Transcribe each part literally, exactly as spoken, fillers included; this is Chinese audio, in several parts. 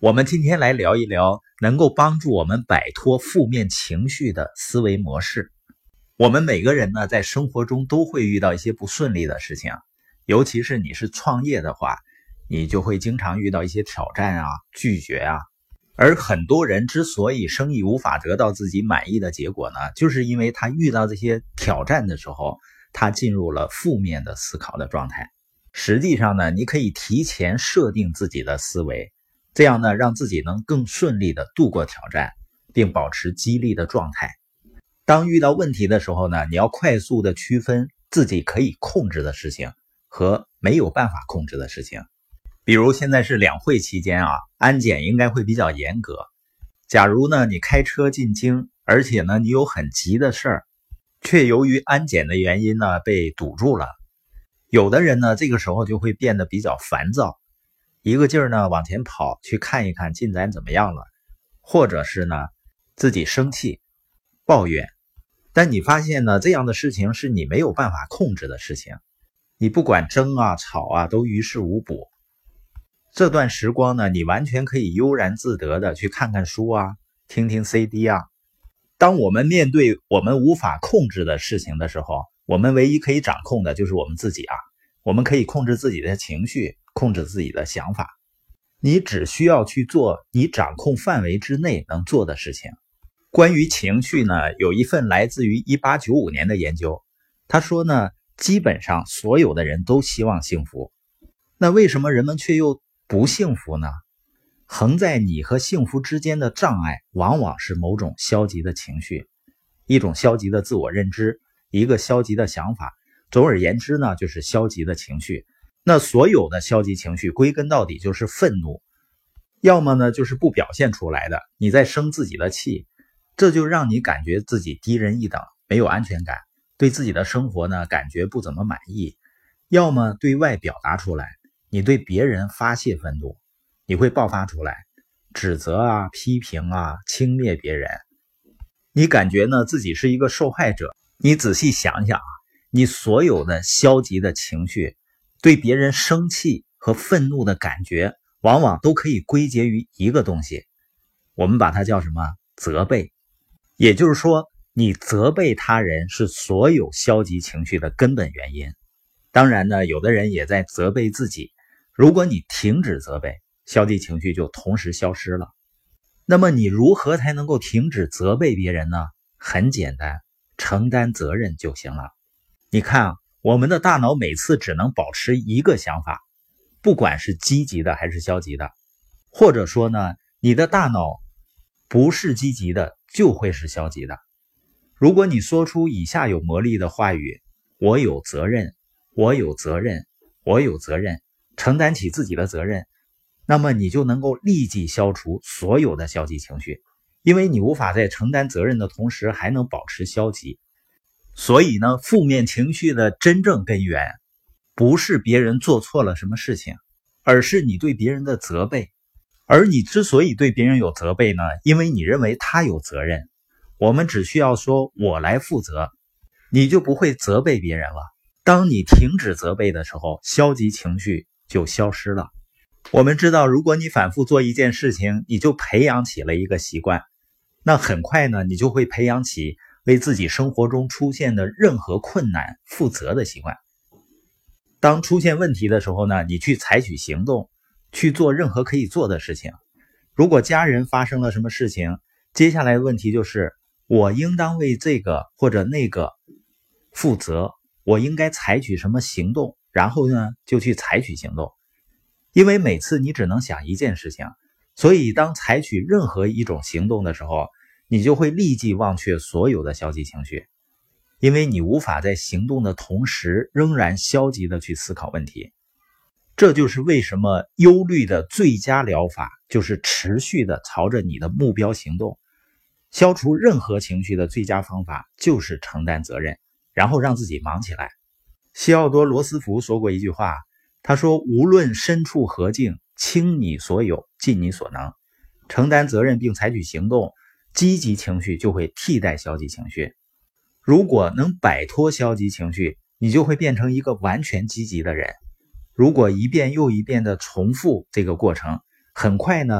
我们今天来聊一聊能够帮助我们摆脱负面情绪的思维模式。我们每个人呢，在生活中都会遇到一些不顺利的事情，尤其是你是创业的话，你就会经常遇到一些挑战啊、拒绝啊。而很多人之所以生意无法得到自己满意的结果呢，就是因为他遇到这些挑战的时候，他进入了负面的思考的状态。实际上呢，你可以提前设定自己的思维，这样呢，让自己能更顺利的度过挑战，并保持激励的状态。当遇到问题的时候呢，你要快速的区分自己可以控制的事情和没有办法控制的事情。比如现在是两会期间啊，安检应该会比较严格。假如呢，你开车进京，而且呢，你有很急的事儿，却由于安检的原因呢，被堵住了。有的人呢，这个时候就会变得比较烦躁，一个劲儿呢往前跑去看一看进展怎么样了，或者是呢自己生气抱怨。但你发现呢，这样的事情是你没有办法控制的事情，你不管争啊吵啊都于事无补。这段时光呢，你完全可以悠然自得的去看看书啊，听听 C D 啊。当我们面对我们无法控制的事情的时候，我们唯一可以掌控的就是我们自己啊。我们可以控制自己的情绪，控制自己的想法。你只需要去做你掌控范围之内能做的事情。关于情绪呢，有一份来自于一八九五年的研究，他说呢，基本上所有的人都希望幸福。那为什么人们却又不幸福呢？横在你和幸福之间的障碍，往往是某种消极的情绪，一种消极的自我认知，一个消极的想法。总而言之呢，就是消极的情绪。那所有的消极情绪归根到底就是愤怒，要么呢就是不表现出来的，你在生自己的气，这就让你感觉自己低人一等，没有安全感，对自己的生活呢感觉不怎么满意。要么对外表达出来，你对别人发泄愤怒，你会爆发出来，指责啊、批评啊、轻蔑别人，你感觉呢自己是一个受害者。你仔细想想啊，你所有的消极的情绪，对别人生气和愤怒的感觉，往往都可以归结于一个东西，我们把它叫什么？责备。也就是说，你责备他人是所有消极情绪的根本原因。当然呢，有的人也在责备自己。如果你停止责备，消极情绪就同时消失了。那么你如何才能够停止责备别人呢？很简单，承担责任就行了。你看啊，我们的大脑每次只能保持一个想法，不管是积极的还是消极的。或者说呢，你的大脑不是积极的，就会是消极的。如果你说出以下有魔力的话语，我有责任，我有责任，我有责任，承担起自己的责任，那么你就能够立即消除所有的消极情绪，因为你无法在承担责任的同时还能保持消极。所以呢，负面情绪的真正根源不是别人做错了什么事情，而是你对别人的责备。而你之所以对别人有责备呢，因为你认为他有责任。我们只需要说我来负责，你就不会责备别人了。当你停止责备的时候，消极情绪就消失了。我们知道，如果你反复做一件事情，你就培养起了一个习惯，那很快呢，你就会培养起为自己生活中出现的任何困难负责的习惯。当出现问题的时候呢，你去采取行动，去做任何可以做的事情。如果家人发生了什么事情，接下来的问题就是我应当为这个或者那个负责，我应该采取什么行动，然后呢就去采取行动。因为每次你只能想一件事情，所以当采取任何一种行动的时候，你就会立即忘却所有的消极情绪，因为你无法在行动的同时仍然消极的去思考问题。这就是为什么忧虑的最佳疗法就是持续的朝着你的目标行动。消除任何情绪的最佳方法就是承担责任，然后让自己忙起来。西奥多·罗斯福说过一句话，他说，无论身处何境，倾你所有，尽你所能。承担责任并采取行动，积极情绪就会替代消极情绪。如果能摆脱消极情绪，你就会变成一个完全积极的人。如果一遍又一遍的重复这个过程，很快呢，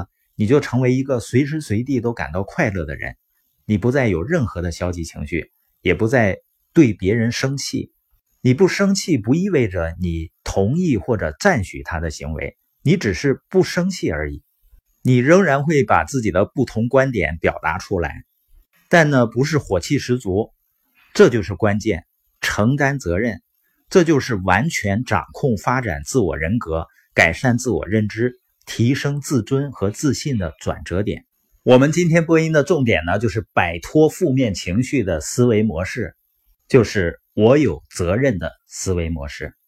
你就成为一个随时随地都感到快乐的人，你不再有任何的消极情绪，也不再对别人生气。你不生气不意味着你同意或者赞许他的行为，你只是不生气而已。你仍然会把自己的不同观点表达出来，但呢不是火气十足。这就是关键，承担责任，这就是完全掌控发展自我人格、改善自我认知、提升自尊和自信的转折点。我们今天播音的重点呢，就是摆脱负面情绪的思维模式，就是我有责任的思维模式。